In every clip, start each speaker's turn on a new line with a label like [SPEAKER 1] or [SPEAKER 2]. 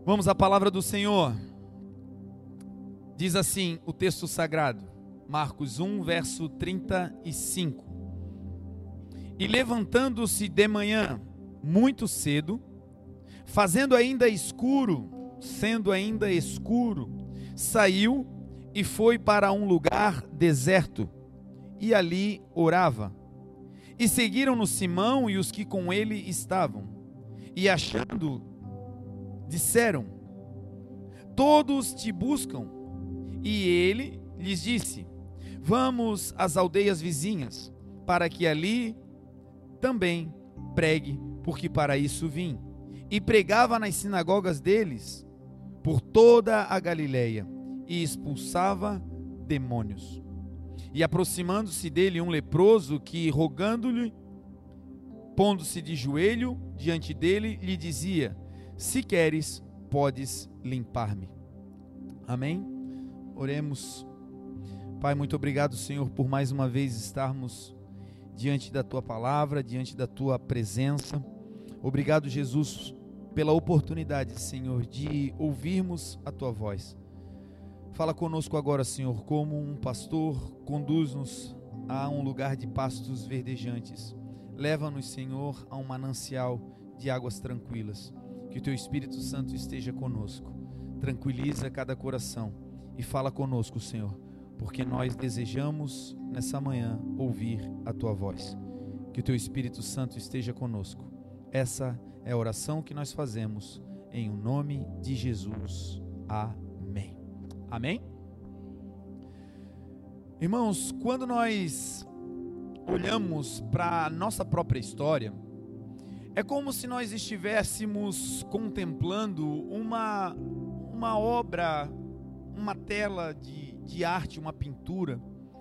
[SPEAKER 1] Vamos à palavra do Senhor. Diz assim o texto sagrado, Marcos 1, verso 35. E levantando-se de manhã, muito cedo, sendo ainda escuro, saiu e foi para um lugar deserto, e ali orava. E seguiram-no Simão e os que com ele estavam, e achando, disseram: todos te buscam. E ele lhes disse: vamos às aldeias vizinhas, para que ali também pregue, porque para isso vim. E pregava nas sinagogas deles por toda a Galileia, e expulsava demônios. E aproximando-se dele um leproso, que rogando-lhe, pondo-se de joelho diante dele, lhe dizia: se queres, podes limpar-me. Amém? Oremos. Pai, muito obrigado, Senhor, por mais uma vez estarmos diante da Tua palavra, diante da Tua presença. Obrigado, Jesus, pela oportunidade, Senhor, de ouvirmos a Tua voz. Fala conosco agora, Senhor, como um pastor, conduz-nos a um lugar de pastos verdejantes. Leva-nos, Senhor, a um manancial de águas tranquilas. Que o Teu Espírito Santo esteja conosco. Tranquiliza cada coração e fala conosco, Senhor, porque nós desejamos nessa manhã ouvir a Tua voz. Que o Teu Espírito Santo esteja conosco. Essa é a oração que nós fazemos em o nome de Jesus. Amém. Amém? Irmãos, quando nós olhamos para a nossa própria história, é como se nós estivéssemos contemplando uma obra, uma tela de arte, uma pintura.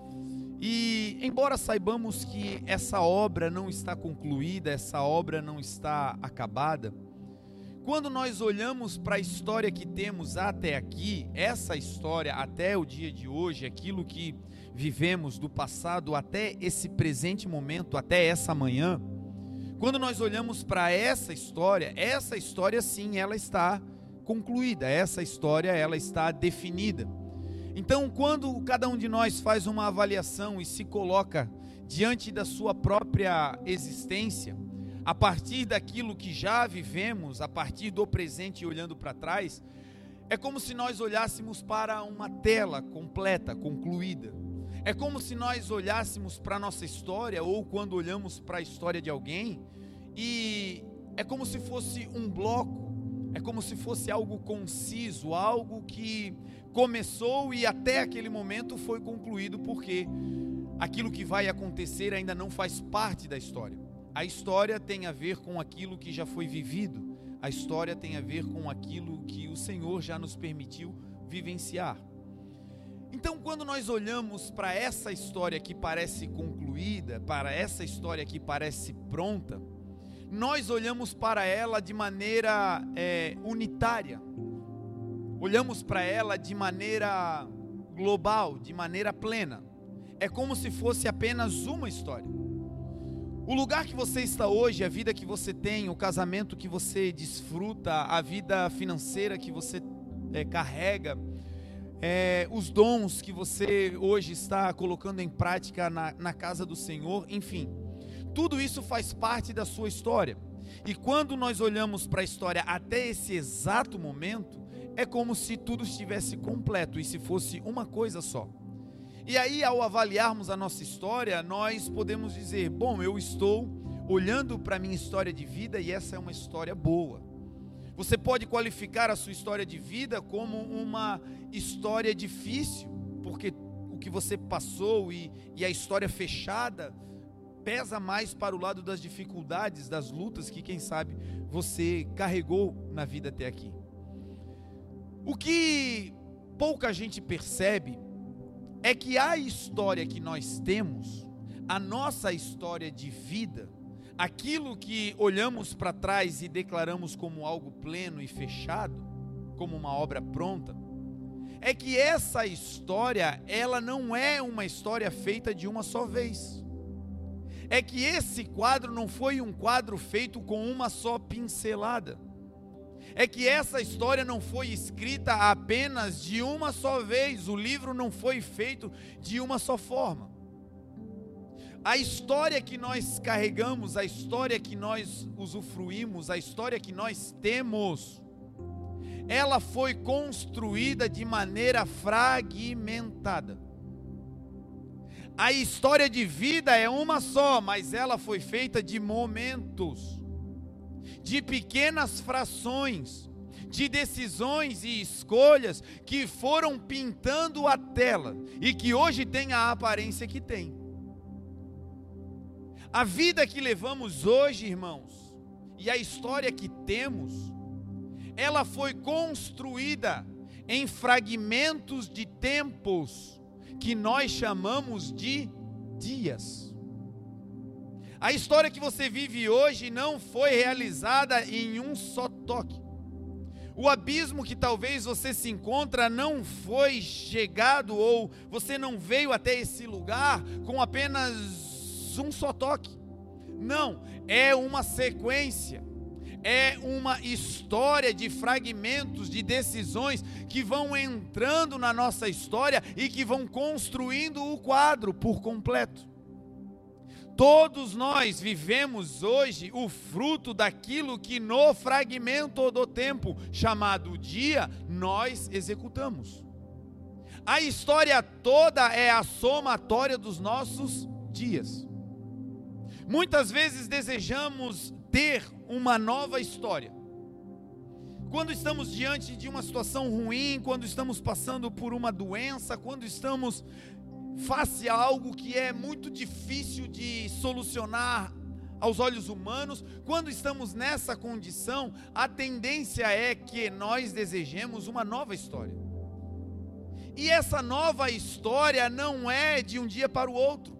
[SPEAKER 1] E embora saibamos que essa obra não está concluída, essa obra não está acabada, quando nós olhamos para a história que temos até aqui, essa história até o dia de hoje, aquilo que vivemos do passado até esse presente momento, até essa manhã, quando nós olhamos para essa história sim, ela está concluída, essa história ela está definida. Então, quando cada um de nós faz uma avaliação e se coloca diante da sua própria existência, a partir daquilo que já vivemos, a partir do presente e olhando para trás, é como se nós olhássemos para uma tela completa, concluída. É como se nós olhássemos para a nossa história, ou quando olhamos para a história de alguém, e é como se fosse um bloco, é como se fosse algo conciso, algo que começou e até aquele momento foi concluído, porque aquilo que vai acontecer ainda não faz parte da história. A história tem a ver com aquilo que já foi vivido, a história tem a ver com aquilo que o Senhor já nos permitiu vivenciar. Então, quando nós olhamos para essa história que parece concluída, para essa história que parece pronta, nós olhamos para ela de maneira unitária, olhamos para ela de maneira global, de maneira plena. É como se fosse apenas uma história. O lugar que você está hoje, a vida que você tem, o casamento que você desfruta, a vida financeira que você carrega, os dons que você hoje está colocando em prática na casa do Senhor, enfim, tudo isso faz parte da sua história. E quando nós olhamos para a história até esse exato momento, é como se tudo estivesse completo e se fosse uma coisa só. E aí, ao avaliarmos a nossa história, nós podemos dizer: bom, eu estou olhando para a minha história de vida e essa é uma história boa. Você pode qualificar a sua história de vida como uma história difícil, porque o que você passou e a história fechada pesa mais para o lado das dificuldades, das lutas que, quem sabe, você carregou na vida até aqui. O que pouca gente percebe é que a história que nós temos, a nossa história de vida, aquilo que olhamos para trás e declaramos como algo pleno e fechado, como uma obra pronta, é que essa história, ela não é uma história feita de uma só vez. É que esse quadro não foi um quadro feito com uma só pincelada. é que essa história não foi escrita apenas de uma só vez, o livro não foi feito de uma só forma. A história que nós carregamos, a história que nós usufruímos, a história que nós temos, ela foi construída de maneira fragmentada. A história de vida é uma só, mas ela foi feita de momentos, de pequenas frações, de decisões e escolhas que foram pintando a tela e que hoje tem a aparência que tem. A vida que levamos hoje, irmãos, e a história que temos, ela foi construída em fragmentos de tempos que nós chamamos de dias. A história que você vive hoje não foi realizada em um só toque. O abismo que talvez você se encontra não foi chegado, ou você não veio até esse lugar com apenas um só toque. Não, é uma sequência, é uma história de fragmentos, de decisões que vão entrando na nossa história e que vão construindo o quadro por completo. Todos nós vivemos hoje o fruto daquilo que no fragmento do tempo, chamado dia, nós executamos. A história toda é a somatória dos nossos dias. Muitas vezes desejamos ter uma nova história. Quando estamos diante de uma situação ruim, quando estamos passando por uma doença, quando estamos face a algo que é muito difícil de solucionar aos olhos humanos, quando estamos nessa condição, a tendência é que nós desejemos uma nova história. E essa nova história não é de um dia para o outro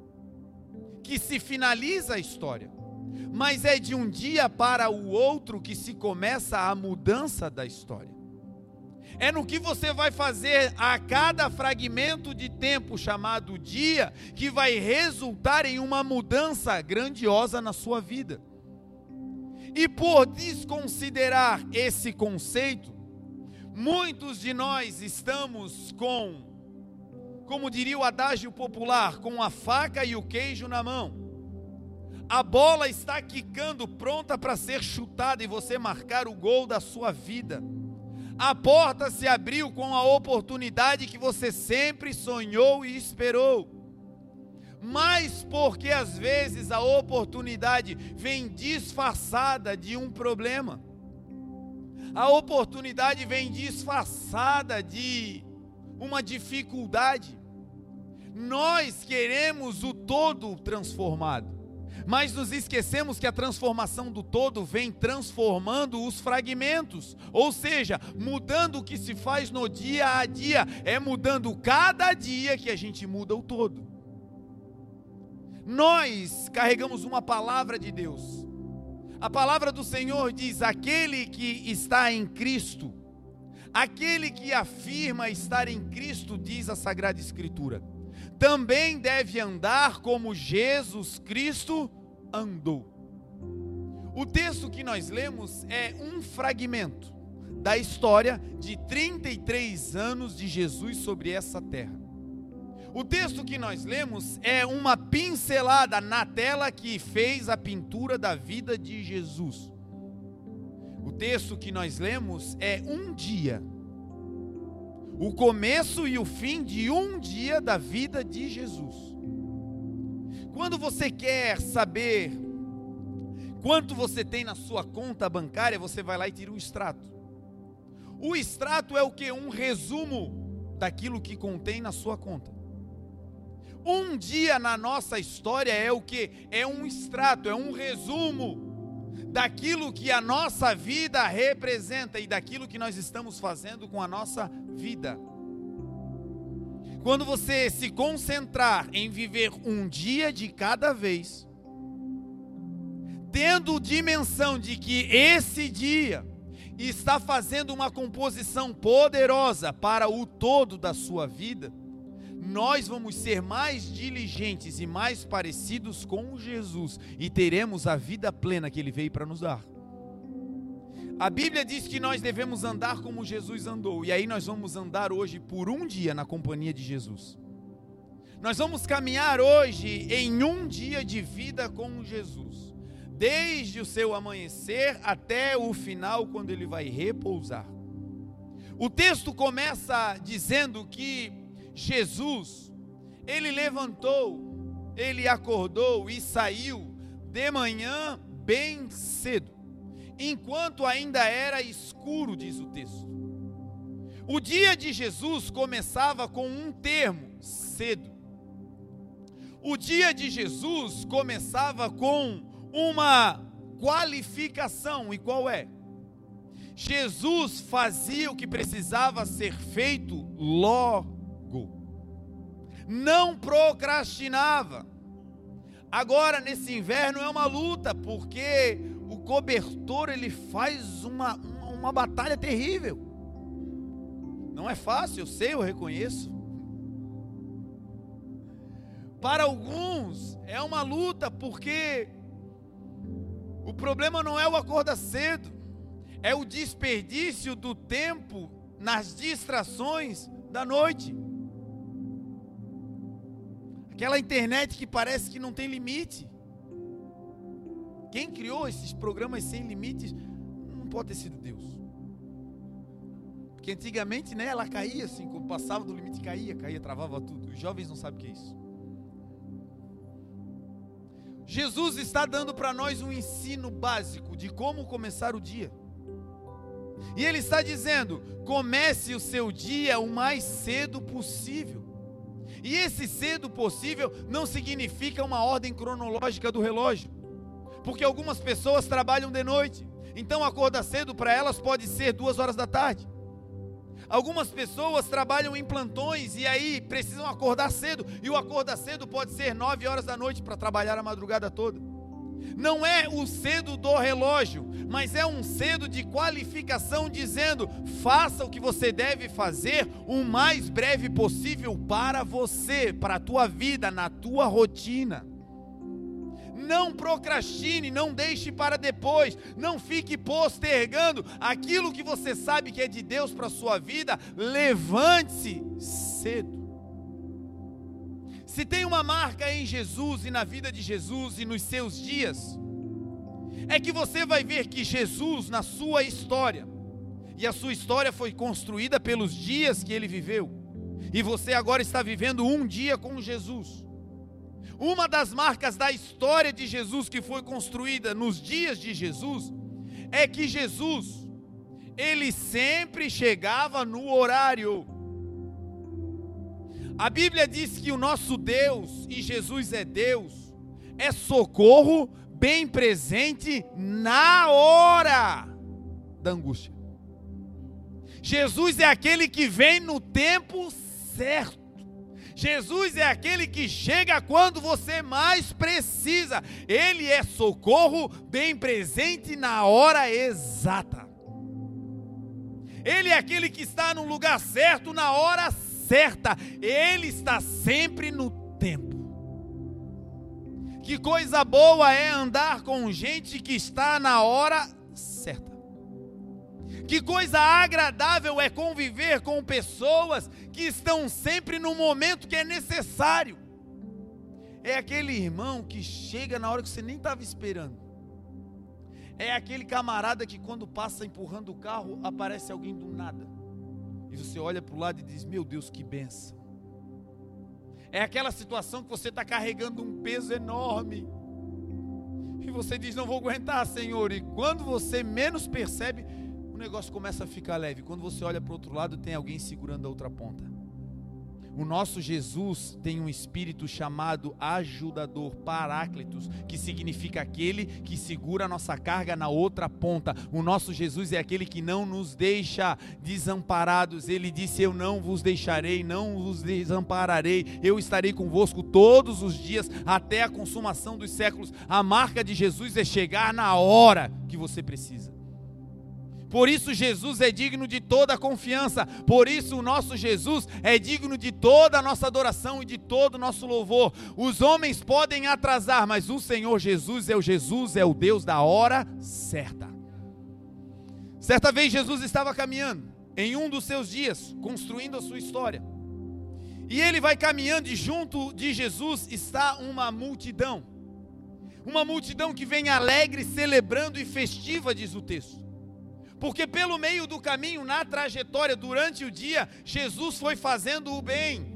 [SPEAKER 1] que se finaliza a história, mas é de um dia para o outro que se começa a mudança da história. É no que você vai fazer a cada fragmento de tempo chamado dia que vai resultar em uma mudança grandiosa na sua vida. E por desconsiderar esse conceito, muitos de nós estamos como diria o adágio popular, com a faca e o queijo na mão. A bola está quicando, pronta para ser chutada e você marcar o gol da sua vida. A porta se abriu com a oportunidade que você sempre sonhou e esperou. Mas porque às vezes a oportunidade vem disfarçada de um problema. A oportunidade vem disfarçada de uma dificuldade. Nós queremos o todo transformado, mas nos esquecemos que a transformação do todo vem transformando os fragmentos, ou seja, mudando o que se faz no dia a dia, é mudando cada dia que a gente muda o todo. Nós carregamos uma palavra de Deus. A palavra do Senhor diz: aquele que está em Cristo, aquele que afirma estar em Cristo, diz a Sagrada Escritura, também deve andar como Jesus Cristo andou. O texto que nós lemos é um fragmento da história de 33 anos de Jesus sobre essa terra. O texto que nós lemos é uma pincelada na tela que fez a pintura da vida de Jesus. O texto que nós lemos é um dia, o começo e o fim de um dia da vida de Jesus. Quando você quer saber quanto você tem na sua conta bancária, você vai lá e tira um extrato. O extrato é o que? Um resumo daquilo que contém na sua conta. Um dia na nossa história é o que? É um extrato, é um resumo daquilo que a nossa vida representa e daquilo que nós estamos fazendo com a nossa vida. Quando você se concentrar em viver um dia de cada vez, tendo dimensão de que esse dia está fazendo uma composição poderosa para o todo da sua vida, nós vamos ser mais diligentes e mais parecidos com Jesus e teremos a vida plena que Ele veio para nos dar. A Bíblia diz que nós devemos andar como Jesus andou. E aí nós vamos andar hoje por um dia na companhia de Jesus. Nós vamos caminhar hoje em um dia de vida com Jesus. Desde o seu amanhecer até o final, quando ele vai repousar. O texto começa dizendo que Jesus, ele levantou, ele acordou e saiu de manhã bem cedo, enquanto ainda era escuro, diz o texto. O dia de Jesus começava com um termo, cedo. O dia de Jesus começava com uma qualificação, e qual é? Jesus fazia o que precisava ser feito logo, não procrastinava. Agora nesse inverno é uma luta, porque o cobertor ele faz uma batalha terrível. Não é fácil, eu sei, eu reconheço. Para alguns é uma luta, porque o problema não é o acordar cedo, é o desperdício do tempo nas distrações da noite. Aquela internet que parece que não tem limite. Quem criou esses programas sem limites não pode ter sido Deus. Porque antigamente, né, ela caía assim, quando passava do limite caía, travava tudo. Os jovens não sabem o que é isso. Jesus está dando para nós um ensino básico de como começar o dia. E ele está dizendo: comece o seu dia o mais cedo possível. E esse cedo possível não significa uma ordem cronológica do relógio, porque algumas pessoas trabalham de noite, então acordar cedo para elas pode ser 2 horas da tarde. Algumas pessoas trabalham em plantões e aí precisam acordar cedo, e o acordar cedo pode ser 9 horas da noite para trabalhar a madrugada toda. Não é o cedo do relógio, mas é um cedo de qualificação, dizendo: faça o que você deve fazer o mais breve possível para você, para a tua vida, na tua rotina. Não procrastine, não deixe para depois, não fique postergando aquilo que você sabe que é de Deus para a sua vida. Levante-se cedo. Se tem uma marca em Jesus e na vida de Jesus e nos seus dias, é que você vai ver que Jesus, na sua história, e a sua história foi construída pelos dias que ele viveu, e você agora está vivendo um dia com Jesus. Uma das marcas da história de Jesus que foi construída nos dias de Jesus é que Jesus, ele sempre chegava no horário. A Bíblia diz que o nosso Deus, e Jesus é Deus, é socorro bem presente na hora da angústia. Jesus é aquele que vem no tempo certo. Jesus é aquele que chega quando você mais precisa. Ele é socorro bem presente na hora exata. Ele é aquele que está no lugar certo na hora certa. Ele está sempre no tempo. Que coisa boa é andar com gente que está na hora certa. Que coisa agradável é conviver com pessoas que estão sempre no momento que é necessário. É aquele irmão que chega na hora que você nem estava esperando. É aquele camarada que quando passa empurrando o carro, aparece alguém do nada. E você olha para o lado e diz: meu Deus, que bênção. É aquela situação que você está carregando um peso enorme. E você diz: não vou aguentar, Senhor. E quando você menos percebe, o negócio começa a ficar leve. Quando você olha para o outro lado, tem alguém segurando a outra ponta. O nosso Jesus tem um espírito chamado ajudador, Paráclitos, que significa aquele que segura a nossa carga na outra ponta. O nosso Jesus é aquele que não nos deixa desamparados. Ele disse: eu não vos deixarei, não vos desampararei, eu estarei convosco todos os dias até a consumação dos séculos. A marca de Jesus é chegar na hora que você precisa. Por isso Jesus é digno de toda a confiança. Por isso o nosso Jesus é digno de toda a nossa adoração e de todo o nosso louvor. Os homens podem atrasar, mas o Senhor Jesus, é o Deus da hora certa. Certa vez Jesus estava caminhando, em um dos seus dias, construindo a sua história. E ele vai caminhando e junto de Jesus está uma multidão. Uma multidão que vem alegre, celebrando e festiva, diz o texto. Porque pelo meio do caminho, na trajetória, durante o dia, Jesus foi fazendo o bem.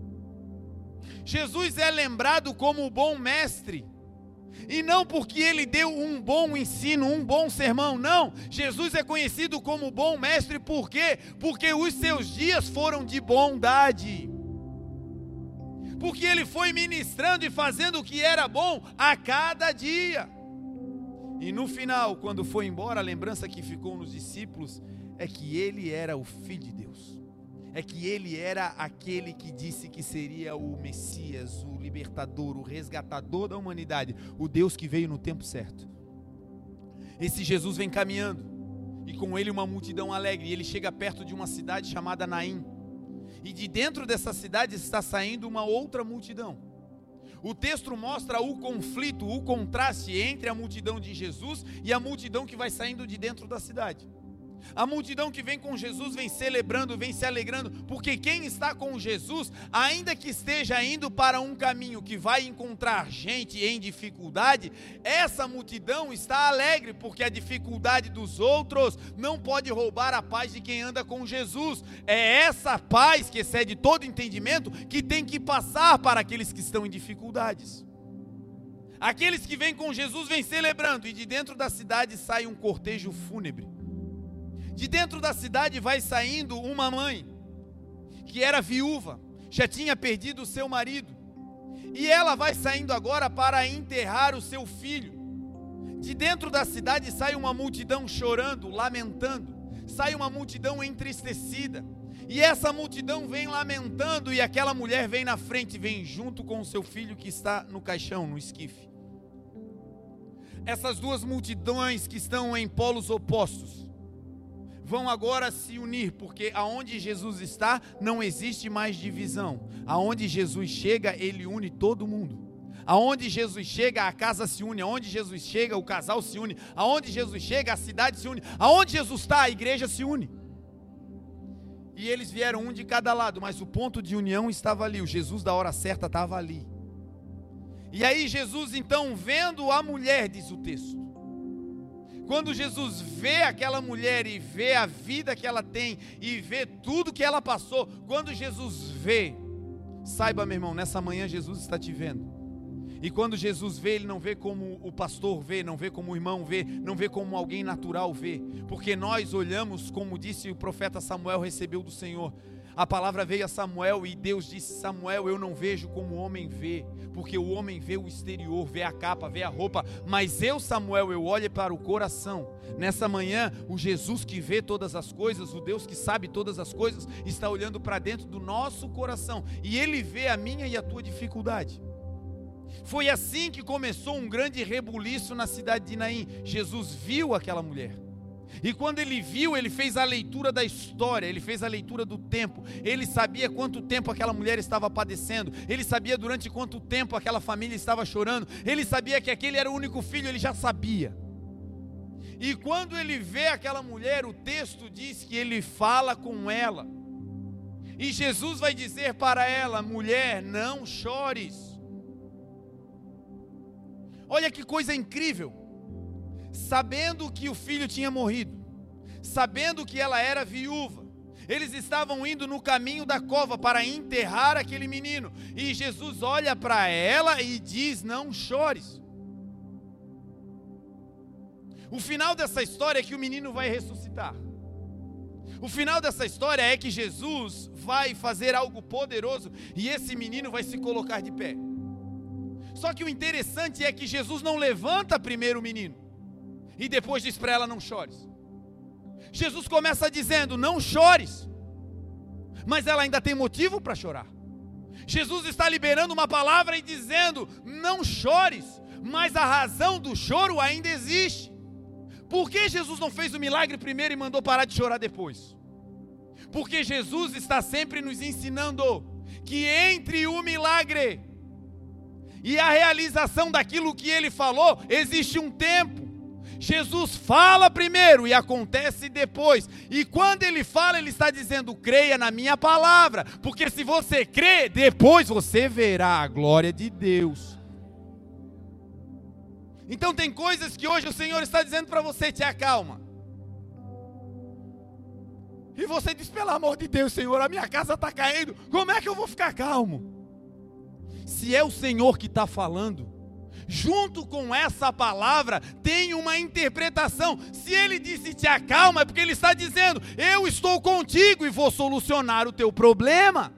[SPEAKER 1] Jesus é lembrado como o bom mestre. E não porque ele deu um bom ensino, um bom sermão, não. Jesus é conhecido como bom mestre, por quê? Porque os seus dias foram de bondade. Porque ele foi ministrando e fazendo o que era bom a cada dia. E no final, quando foi embora, a lembrança que ficou nos discípulos é que ele era o Filho de Deus. É que ele era aquele que disse que seria o Messias, o libertador, o resgatador da humanidade, o Deus que veio no tempo certo. Esse Jesus vem caminhando, e com ele uma multidão alegre, e ele chega perto de uma cidade chamada Naim, e de dentro dessa cidade está saindo uma outra multidão. O texto mostra o conflito, o contraste entre a multidão de Jesus e a multidão que vai saindo de dentro da cidade. A multidão que vem com Jesus vem celebrando, vem se alegrando, porque quem está com Jesus, ainda que esteja indo para um caminho que vai encontrar gente em dificuldade, essa multidão está alegre, porque a dificuldade dos outros não pode roubar a paz de quem anda com Jesus. É essa paz que excede todo entendimento que tem que passar para aqueles que estão em dificuldades. Aqueles que vêm com Jesus vêm celebrando, e de dentro da cidade sai um cortejo fúnebre. De dentro da cidade vai saindo uma mãe, que era viúva, já tinha perdido o seu marido, e ela vai saindo agora para enterrar o seu filho. De dentro da cidade sai uma multidão chorando, lamentando, sai uma multidão entristecida, e essa multidão vem lamentando, e aquela mulher vem na frente, vem junto com o seu filho que está no caixão, no esquife. Essas duas multidões que estão em polos opostos, vão agora se unir, porque aonde Jesus está, não existe mais divisão. Aonde Jesus chega, ele une todo mundo. Aonde Jesus chega, a casa se une. Aonde Jesus chega, o casal se une. Aonde Jesus chega, a cidade se une. Aonde Jesus está, a igreja se une. E eles vieram um de cada lado, mas o ponto de união estava ali. O Jesus da hora certa estava ali. E aí Jesus então, vendo a mulher, diz o texto, quando Jesus vê aquela mulher e vê a vida que ela tem e vê tudo que ela passou, quando Jesus vê, saiba, meu irmão, nessa manhã Jesus está te vendo. E quando Jesus vê, ele não vê como o pastor vê, não vê como o irmão vê, não vê como alguém natural vê, porque nós olhamos, como disse o profeta Samuel, recebeu do Senhor. A palavra veio a Samuel e Deus disse: Samuel, eu não vejo como o homem vê, porque o homem vê o exterior, vê a capa, vê a roupa, mas eu, Samuel, eu olho para o coração. Nessa manhã, o Jesus que vê todas as coisas, o Deus que sabe todas as coisas, está olhando para dentro do nosso coração, e Ele vê a minha e a tua dificuldade. Foi assim que começou um grande rebuliço na cidade de Naim. Jesus viu aquela mulher. E quando ele viu, ele fez a leitura da história, ele fez a leitura do tempo, ele sabia quanto tempo aquela mulher estava padecendo, ele sabia durante quanto tempo aquela família estava chorando, ele sabia que aquele era o único filho, ele já sabia. E quando ele vê aquela mulher, o texto diz que ele fala com ela, e Jesus vai dizer para ela: mulher, não chores. Olha que coisa incrível. Sabendo que o filho tinha morrido, sabendo que ela era viúva, eles estavam indo no caminho da cova para enterrar aquele menino, e Jesus olha para ela e diz: não chores. O final dessa história é que o menino vai ressuscitar. O final dessa história é que Jesus vai fazer algo poderoso, e esse menino vai se colocar de pé. Só que o interessante é que Jesus não levanta primeiro o menino e depois diz para ela: não chores. Jesus começa dizendo: não chores, mas ela ainda tem motivo para chorar. Jesus está liberando uma palavra e dizendo: não chores, mas a razão do choro ainda existe. Por que Jesus não fez o milagre primeiro e mandou parar de chorar depois? Porque Jesus está sempre nos ensinando que entre o milagre e a realização daquilo que ele falou, existe um tempo. Jesus fala primeiro e acontece depois. E quando ele fala, ele está dizendo: creia na minha palavra, porque se você crê, depois você verá a glória de Deus. Então tem coisas que hoje o Senhor está dizendo para você: te acalma. E você diz: pelo amor de Deus, Senhor, a minha casa está caindo, como é que eu vou ficar calmo? Se é o Senhor que está falando, junto com essa palavra tem uma interpretação. Se ele disse te acalma, é porque ele está dizendo: eu estou contigo e vou solucionar o teu problema.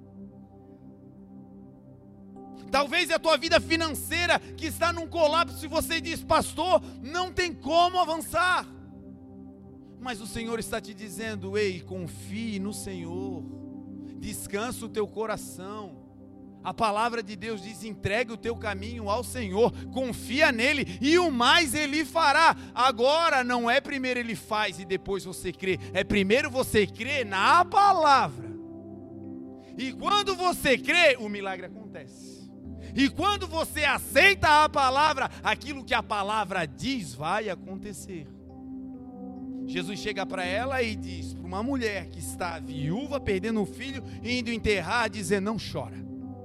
[SPEAKER 1] Talvez é a tua vida financeira que está num colapso e você diz: pastor, não tem como avançar. Mas o Senhor está te dizendo: ei, confie no Senhor, descansa o teu coração. A palavra de Deus diz: entregue o teu caminho ao Senhor, confia nele e o mais ele fará. Agora não é primeiro ele faz e depois você crê, é primeiro você crê na palavra. E quando você crê, o milagre acontece. E quando você aceita a palavra, aquilo que a palavra diz vai acontecer. Jesus chega para ela e diz para uma mulher que está viúva, perdendo um filho, indo enterrar, dizer: não chora.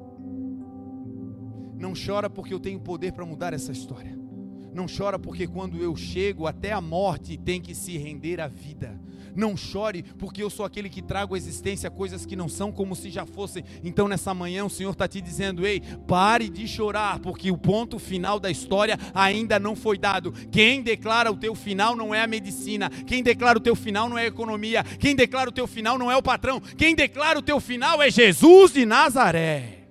[SPEAKER 1] Não chora, porque eu tenho poder para mudar essa história. Não chora, porque quando eu chego, até a morte tem que se render à vida. Não chore, porque eu sou aquele que trago à existência coisas que não são como se já fossem. Então nessa manhã o Senhor está te dizendo: ei, pare de chorar, porque o ponto final da história ainda não foi dado. Quem declara o teu final não é a medicina. Quem declara o teu final não é a economia. Quem declara o teu final não é o patrão. Quem declara o teu final é Jesus de Nazaré.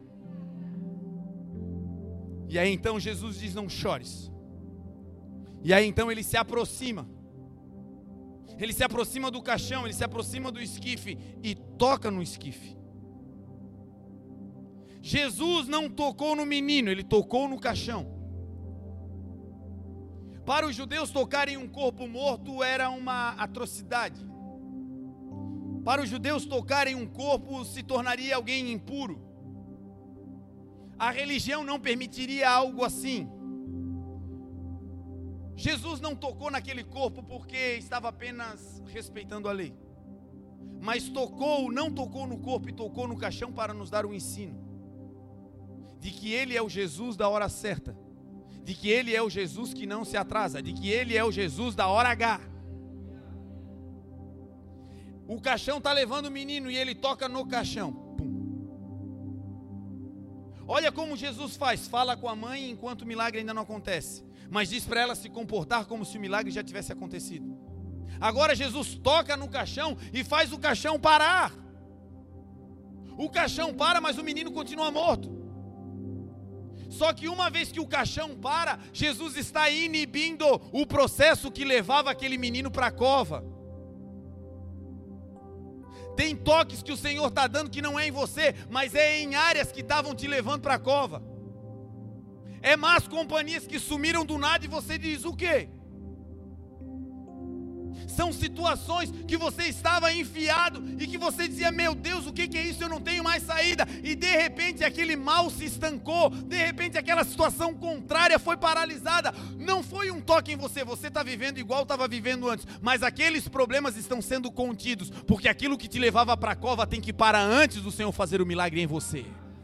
[SPEAKER 1] E aí então Jesus diz: não chores. E aí então ele se aproxima. Ele se aproxima do caixão, ele se aproxima do esquife e toca no esquife. Jesus não tocou no menino, ele tocou no caixão. Para os judeus, tocar em um corpo morto era uma atrocidade. Para os judeus, tocar em um corpo se tornaria alguém impuro. A religião não permitiria algo assim. Jesus não tocou naquele corpo porque estava apenas respeitando a lei, mas não tocou no corpo e tocou no caixão para nos dar um ensino de que Ele é o Jesus da hora certa, de que Ele é o Jesus que não se atrasa, de que Ele é o Jesus da hora H. O caixão está levando o menino e ele toca no caixão. Pum. Olha como Jesus fala com a mãe enquanto o milagre ainda não acontece, mas diz para ela se comportar como se o milagre já tivesse acontecido. Agora Jesus toca no caixão e faz o caixão parar. O caixão para, mas o menino continua morto. Só que uma vez que o caixão para, Jesus está inibindo o processo que levava aquele menino para a cova. Tem toques que o Senhor está dando que não é em você, mas é em áreas que estavam te levando para a cova. É más companhias que sumiram do nada e você diz: o quê? São situações que você estava enfiado e que você dizia: meu Deus, o que é isso? Eu não tenho mais saída. E de repente aquele mal se estancou, de repente aquela situação contrária foi paralisada. Não foi um toque em você, você está vivendo igual estava vivendo antes, mas aqueles problemas estão sendo contidos, porque aquilo que te levava para a cova tem que parar antes do Senhor fazer o milagre em você.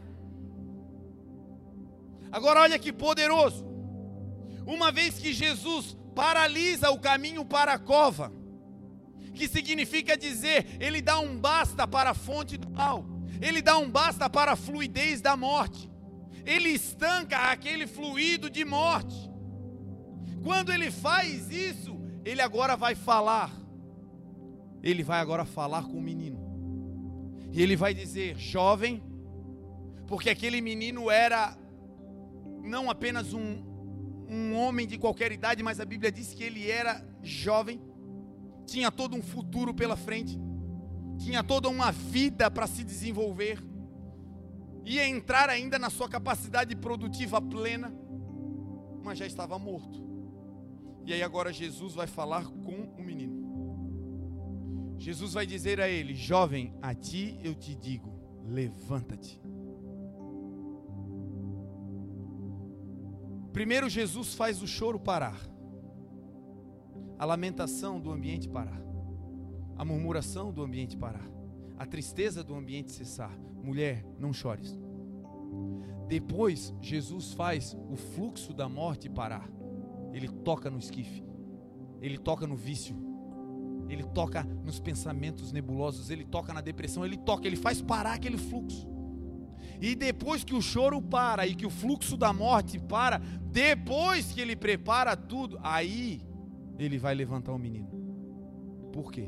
[SPEAKER 1] Agora olha que poderoso. Uma vez que Jesus paralisa o caminho para a cova, que significa dizer, ele dá um basta para a fonte do mal, ele dá um basta para a fluidez da morte, ele estanca aquele fluido de morte. Quando ele faz isso, ele agora vai falar, ele vai agora falar com o menino, e ele vai dizer: jovem, porque aquele menino era não apenas um homem de qualquer idade, mas a Bíblia diz que ele era jovem, tinha todo um futuro pela frente, tinha toda uma vida para se desenvolver, ia entrar ainda na sua capacidade produtiva plena, mas já estava morto. E aí agora Jesus vai falar com o menino. Jesus vai dizer a ele: jovem, a ti eu te digo, levanta-te. Primeiro Jesus faz o choro parar. a lamentação do ambiente parar, a murmuração do ambiente parar, a tristeza do ambiente cessar. Mulher, não chores. Depois, Jesus faz o fluxo da morte parar. Ele toca no esquife, ele toca no vício, ele toca nos pensamentos nebulosos, ele toca na depressão, ele faz parar aquele fluxo. E depois que o choro para e que o fluxo da morte para, depois que ele prepara tudo, aí ele vai levantar o menino. Por quê?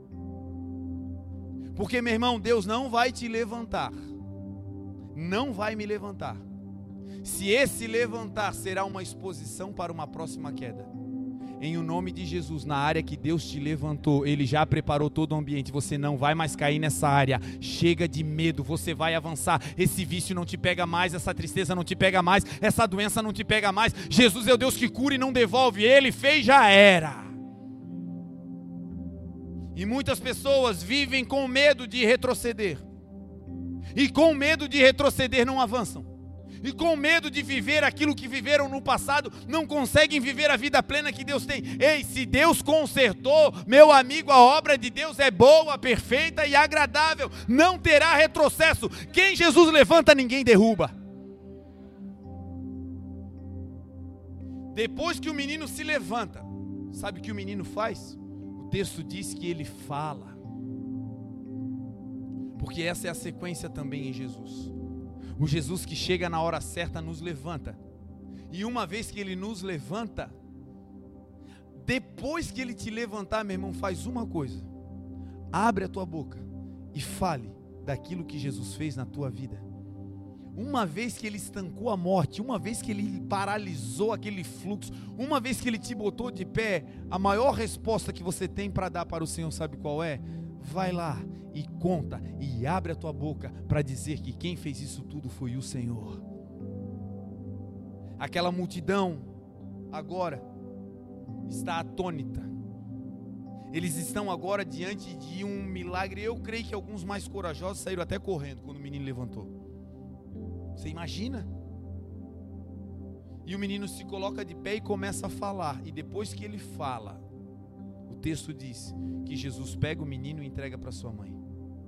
[SPEAKER 1] Porque, meu irmão, Deus não vai te levantar, não vai me levantar, se esse levantar será uma exposição para uma próxima queda. Em o nome de Jesus, na área que Deus te levantou, Ele já preparou todo o ambiente, você não vai mais cair nessa área. Chega de medo, você vai avançar. Esse vício não te pega mais, essa tristeza não te pega mais, essa doença não te pega mais. Jesus é o Deus que cura e não devolve, Ele fez, já era. E muitas pessoas vivem com medo de retroceder, e com medo de retroceder não avançam, e com medo de viver aquilo que viveram no passado, não conseguem viver a vida plena que Deus tem. Ei, se Deus consertou, meu amigo, a obra de Deus é boa, perfeita e agradável, não terá retrocesso. Quem Jesus levanta, ninguém derruba. Depois que o menino se levanta, sabe o que o menino faz? O texto diz que ele fala, porque essa é a sequência também em Jesus. O Jesus que chega na hora certa nos levanta. E uma vez que Ele nos levanta, depois que Ele te levantar, meu irmão, faz uma coisa: abre a tua boca e fale daquilo que Jesus fez na tua vida. Uma vez que Ele estancou a morte, uma vez que Ele paralisou aquele fluxo, uma vez que Ele te botou de pé, a maior resposta que você tem para dar para o Senhor, sabe qual é? Vai lá e conta e abre a tua boca para dizer que quem fez isso tudo foi o Senhor. Aquela multidão agora está atônita. Eles estão agora diante de um milagre. Eu creio que alguns mais corajosos saíram até correndo quando o menino levantou. Você imagina? E o menino se coloca de pé e começa a falar. E depois que ele fala, o texto diz que Jesus pega o menino e entrega para sua mãe.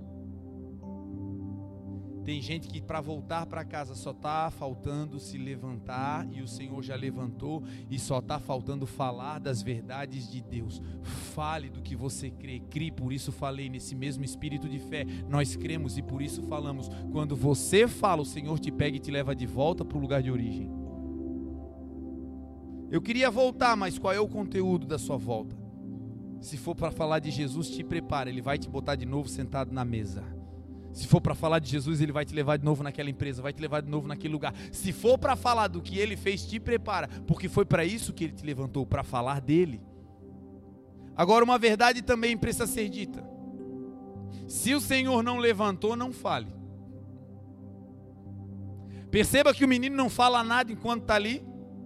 [SPEAKER 1] Tem gente que para voltar para casa só está faltando se levantar, e o Senhor já levantou, e só está faltando falar das verdades de Deus. Fale do que você crê, crie, por isso falei, nesse mesmo espírito de fé, nós cremos e por isso falamos. Quando você fala, o Senhor te pega e te leva de volta para o lugar de origem. Eu queria voltar, mas qual é o conteúdo da sua volta? Se for para falar de Jesus, te prepara, Ele vai te botar de novo sentado na mesa. Se for para falar de Jesus, Ele vai te levar de novo naquela empresa, vai te levar de novo naquele lugar. Se for para falar do que Ele fez, te prepara, porque foi para isso que Ele te levantou, para falar dEle. Agora, uma verdade também precisa ser dita: se o Senhor não levantou, não fale. Perceba que o menino não fala nada enquanto está ali.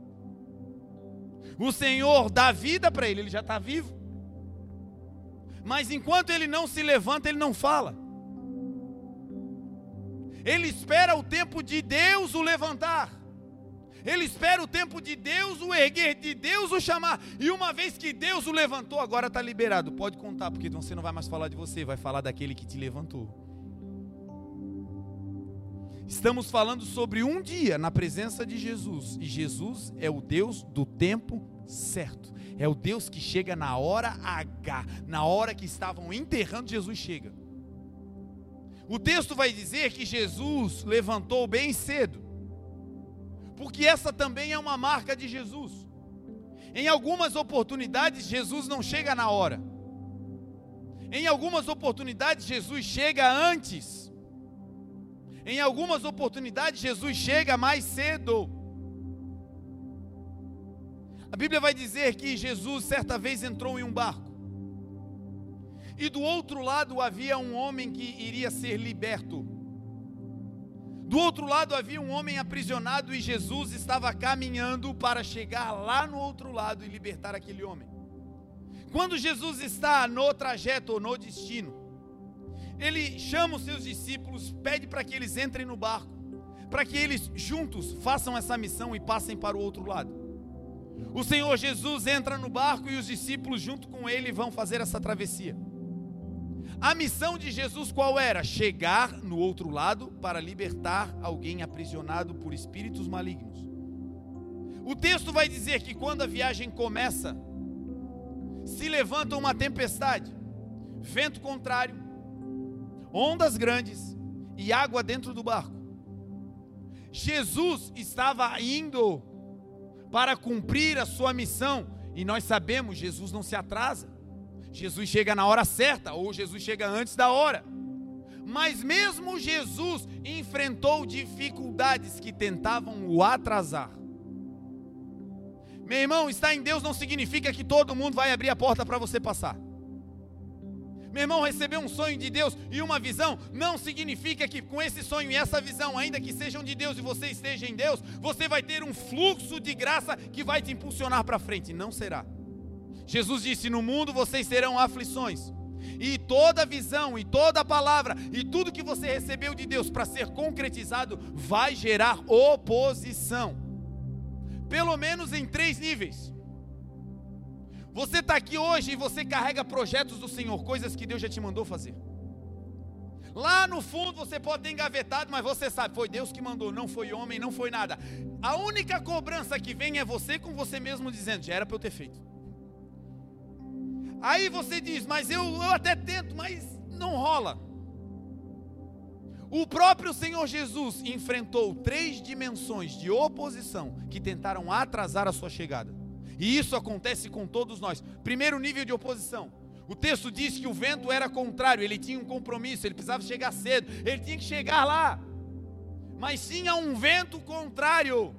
[SPEAKER 1] O Senhor dá vida para ele já está vivo. Mas enquanto ele não se levanta, ele não fala. Ele espera o tempo de Deus o levantar. Ele espera o tempo de Deus o erguer, de Deus o chamar. E uma vez que Deus o levantou, agora está liberado. Pode contar, porque você não vai mais falar de você, vai falar daquele que te levantou. Estamos falando sobre um dia na presença de Jesus. E Jesus é o Deus do tempo certo. É o Deus que chega na hora H. Na hora que estavam enterrando, Jesus chega. O texto vai dizer que Jesus levantou bem cedo, porque essa também é uma marca de Jesus. Em algumas oportunidades, Jesus não chega na hora. Em algumas oportunidades, Jesus chega antes. Em algumas oportunidades, Jesus chega mais cedo. A Bíblia vai dizer que Jesus certa vez entrou em um barco. E do outro lado havia um homem que iria ser liberto. Do outro lado havia um homem aprisionado e Jesus estava caminhando para chegar lá no outro lado e libertar aquele homem. Quando Jesus está no trajeto ou no destino, Ele chama os seus discípulos, pede para que eles entrem no barco, para que eles juntos façam essa missão e passem para o outro lado. O Senhor Jesus entra no barco e os discípulos junto com ele vão fazer essa travessia. A missão de Jesus qual era? Chegar no outro lado para libertar alguém aprisionado por espíritos malignos. O texto vai dizer que quando a viagem começa, se levanta uma tempestade, vento contrário, ondas grandes e água dentro do barco. Jesus estava indo para cumprir a sua missão, e nós sabemos, Jesus não se atrasa, Jesus chega na hora certa, ou Jesus chega antes da hora. Mas mesmo Jesus enfrentou dificuldades que tentavam o atrasar. Meu irmão, estar em Deus não significa que todo mundo vai abrir a porta para você passar. Meu irmão, receber um sonho de Deus e uma visão não significa que com esse sonho e essa visão, ainda que sejam de Deus e você esteja em Deus, você vai ter um fluxo de graça que vai te impulsionar para frente. Não será. Jesus disse: no mundo vocês terão aflições. E toda visão, e toda palavra, e tudo que você recebeu de Deus para ser concretizado, vai gerar oposição. Pelo menos em 3 níveis. Você está aqui hoje e você carrega projetos do Senhor, coisas que Deus já te mandou fazer. Lá no fundo você pode ter engavetado, mas você sabe, foi Deus que mandou, não foi homem, não foi nada. A única cobrança que vem é você com você mesmo dizendo: já era para eu ter feito. Aí você diz: mas eu até tento, mas não rola. O próprio Senhor Jesus enfrentou 3 dimensões de oposição que tentaram atrasar a sua chegada. E isso acontece com todos nós. Primeiro nível de oposição. O texto diz que o vento era contrário, ele tinha um compromisso, ele precisava chegar cedo, ele tinha que chegar lá. Mas tinha um vento contrário.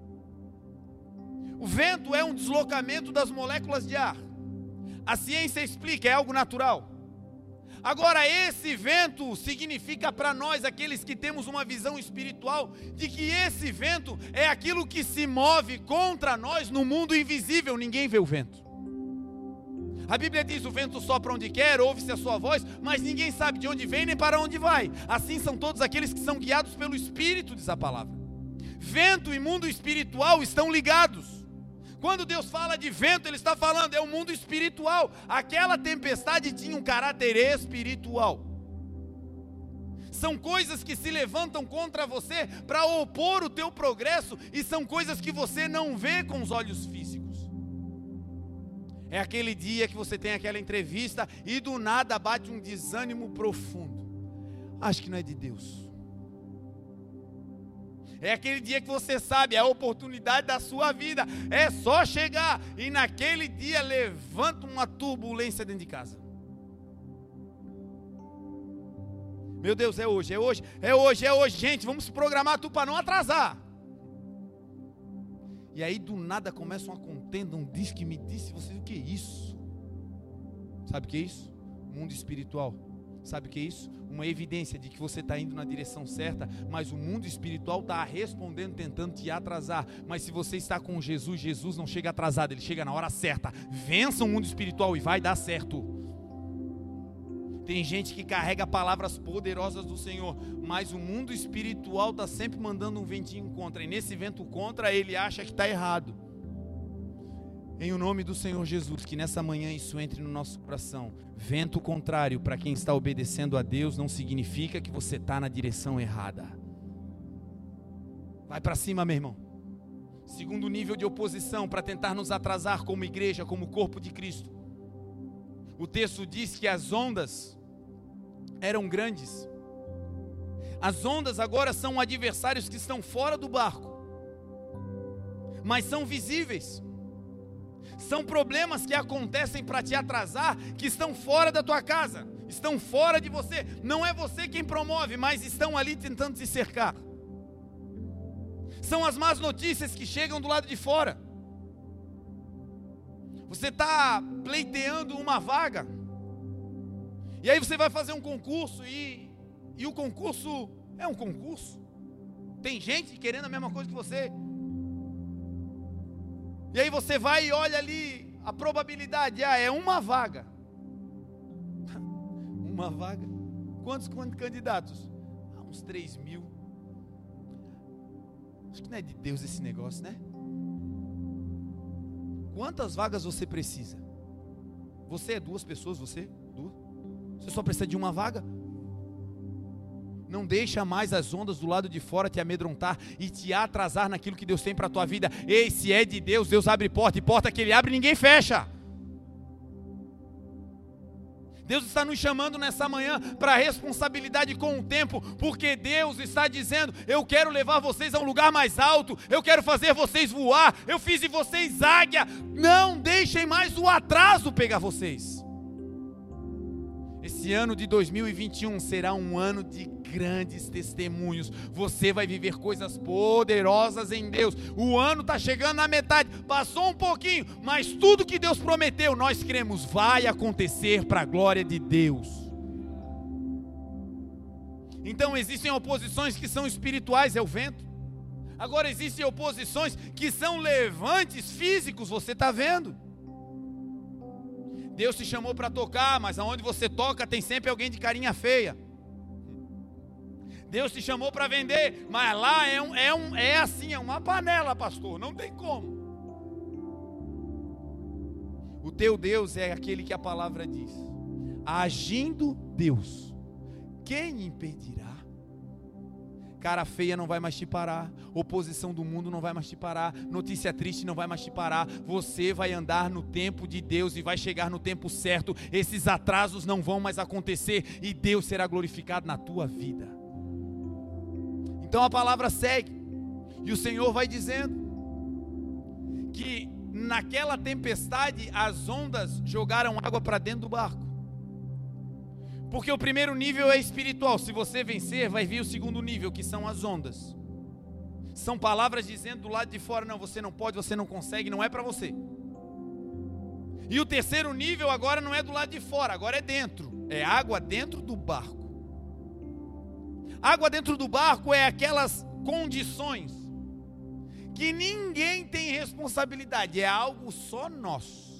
[SPEAKER 1] O vento é um deslocamento das moléculas de ar. A ciência explica, é algo natural. Agora, esse vento significa para nós, aqueles que temos uma visão espiritual, de que esse vento é aquilo que se move contra nós no mundo invisível. Ninguém vê o vento. A Bíblia diz: o vento sopra onde quer, ouve-se a sua voz, mas ninguém sabe de onde vem nem para onde vai. Assim são todos aqueles que são guiados pelo Espírito, diz a palavra. Vento e mundo espiritual estão ligados. Quando Deus fala de vento, Ele está falando, é o mundo espiritual. Aquela tempestade tinha um caráter espiritual. São coisas que se levantam contra você para opor o teu progresso, e são coisas que você não vê com os olhos físicos. É aquele dia que você tem aquela entrevista e do nada bate um desânimo profundo. Acho que não é de Deus. É aquele dia que você sabe, é a oportunidade da sua vida, é só chegar, e naquele dia levanta uma turbulência dentro de casa. Meu Deus, é hoje, é hoje, é hoje, é hoje, gente, vamos se programar tudo para não atrasar. E aí do nada começa uma contenda, um diz que me disse, vocês, o que é isso? Sabe o que é isso? Mundo espiritual. Sabe o que é isso? Uma evidência de que você está indo na direção certa, mas o mundo espiritual está respondendo, tentando te atrasar. Mas se você está com Jesus, Jesus não chega atrasado, Ele chega na hora certa. Vença o mundo espiritual e vai dar certo. Tem gente que carrega palavras poderosas do Senhor, mas o mundo espiritual está sempre mandando um ventinho contra, e nesse vento contra ele acha que está errado. Em o nome do Senhor Jesus, que nessa manhã isso entre no nosso coração. Vento contrário para quem está obedecendo a Deus não significa que você está na direção errada. Vai para cima, meu irmão. Segundo nível de oposição para tentar nos atrasar como igreja, como corpo de Cristo. O texto diz que as ondas eram grandes. As ondas agora são adversários que estão fora do barco, mas são visíveis. São problemas que acontecem para te atrasar, que estão fora da tua casa, estão fora de você. Não é você quem promove, mas estão ali tentando te cercar. São as más notícias que chegam do lado de fora. Você está pleiteando uma vaga, e aí você vai fazer um concurso, e o concurso é um concurso. Tem gente querendo a mesma coisa que você. E aí você vai e olha ali a probabilidade, é uma vaga. Uma vaga. Quantos candidatos? Uns 3.000. Acho que não é de Deus esse negócio, né? Quantas vagas você precisa? Você é 2 pessoas, você? 2? Você só precisa de uma vaga? Não deixa mais as ondas do lado de fora te amedrontar e te atrasar naquilo que Deus tem para a tua vida. Ei, se é de Deus, Deus abre porta, e porta que Ele abre ninguém fecha. Deus está nos chamando nessa manhã para a responsabilidade com o tempo, porque Deus está dizendo: eu quero levar vocês a um lugar mais alto, eu quero fazer vocês voar, eu fiz de vocês águia, não deixem mais o atraso pegar vocês. Esse ano de 2021 será um ano de grandes testemunhos. Você vai viver coisas poderosas em Deus. O ano está chegando na metade, passou um pouquinho, mas tudo que Deus prometeu, nós cremos, vai acontecer para a glória de Deus. Então existem oposições que são espirituais, é o vento. Agora existem oposições que são levantes físicos, você está vendo? Deus te chamou para tocar, mas aonde você toca tem sempre alguém de carinha feia. Deus te chamou para vender, mas lá é assim, é uma panela, pastor, não tem como. O teu Deus é aquele que a palavra diz: agindo Deus, quem impedirá? Cara feia não vai mais te parar, oposição do mundo não vai mais te parar, notícia triste não vai mais te parar. Você vai andar no tempo de Deus e vai chegar no tempo certo. Esses atrasos não vão mais acontecer e Deus será glorificado na tua vida. Então a palavra segue e o Senhor vai dizendo que naquela tempestade as ondas jogaram água para dentro do barco. Porque o primeiro nível é espiritual. Se você vencer, vai vir o segundo nível, que são as ondas. São palavras dizendo do lado de fora: não, você não pode, você não consegue, não é para você. E o terceiro nível agora não é do lado de fora, agora é dentro. É água dentro do barco. Água dentro do barco é aquelas condições que ninguém tem responsabilidade, é algo só nosso.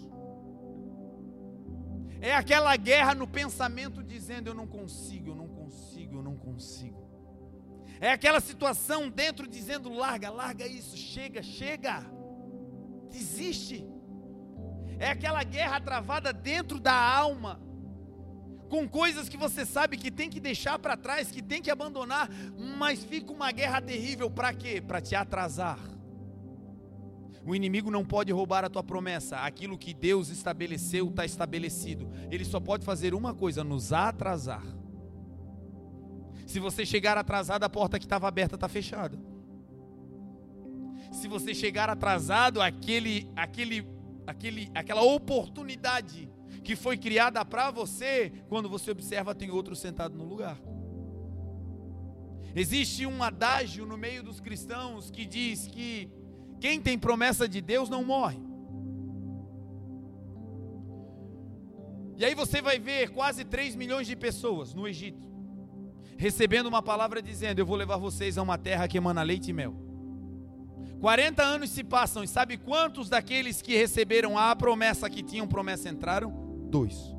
[SPEAKER 1] É aquela guerra no pensamento dizendo: eu não consigo, eu não consigo, eu não consigo. É aquela situação dentro dizendo: larga, larga isso, chega, chega, desiste. É aquela guerra travada dentro da alma, com coisas que você sabe que tem que deixar para trás, que tem que abandonar, mas fica uma guerra terrível. Para quê? Para te atrasar. O inimigo não pode roubar a tua promessa. Aquilo que Deus estabeleceu está estabelecido. Ele só pode fazer uma coisa: nos atrasar. Se você chegar atrasado, a porta que estava aberta está fechada. Se você chegar atrasado, aquela oportunidade que foi criada para você, quando você observa, tem outro sentado no lugar. Existe um adágio no meio dos cristãos que diz que quem tem promessa de Deus não morre. E aí você vai ver quase 3 milhões de pessoas no Egito recebendo uma palavra dizendo: eu vou levar vocês a uma terra que emana leite e mel. 40 anos se passam, e sabe quantos daqueles que receberam a promessa, que tinham promessa, entraram? 2.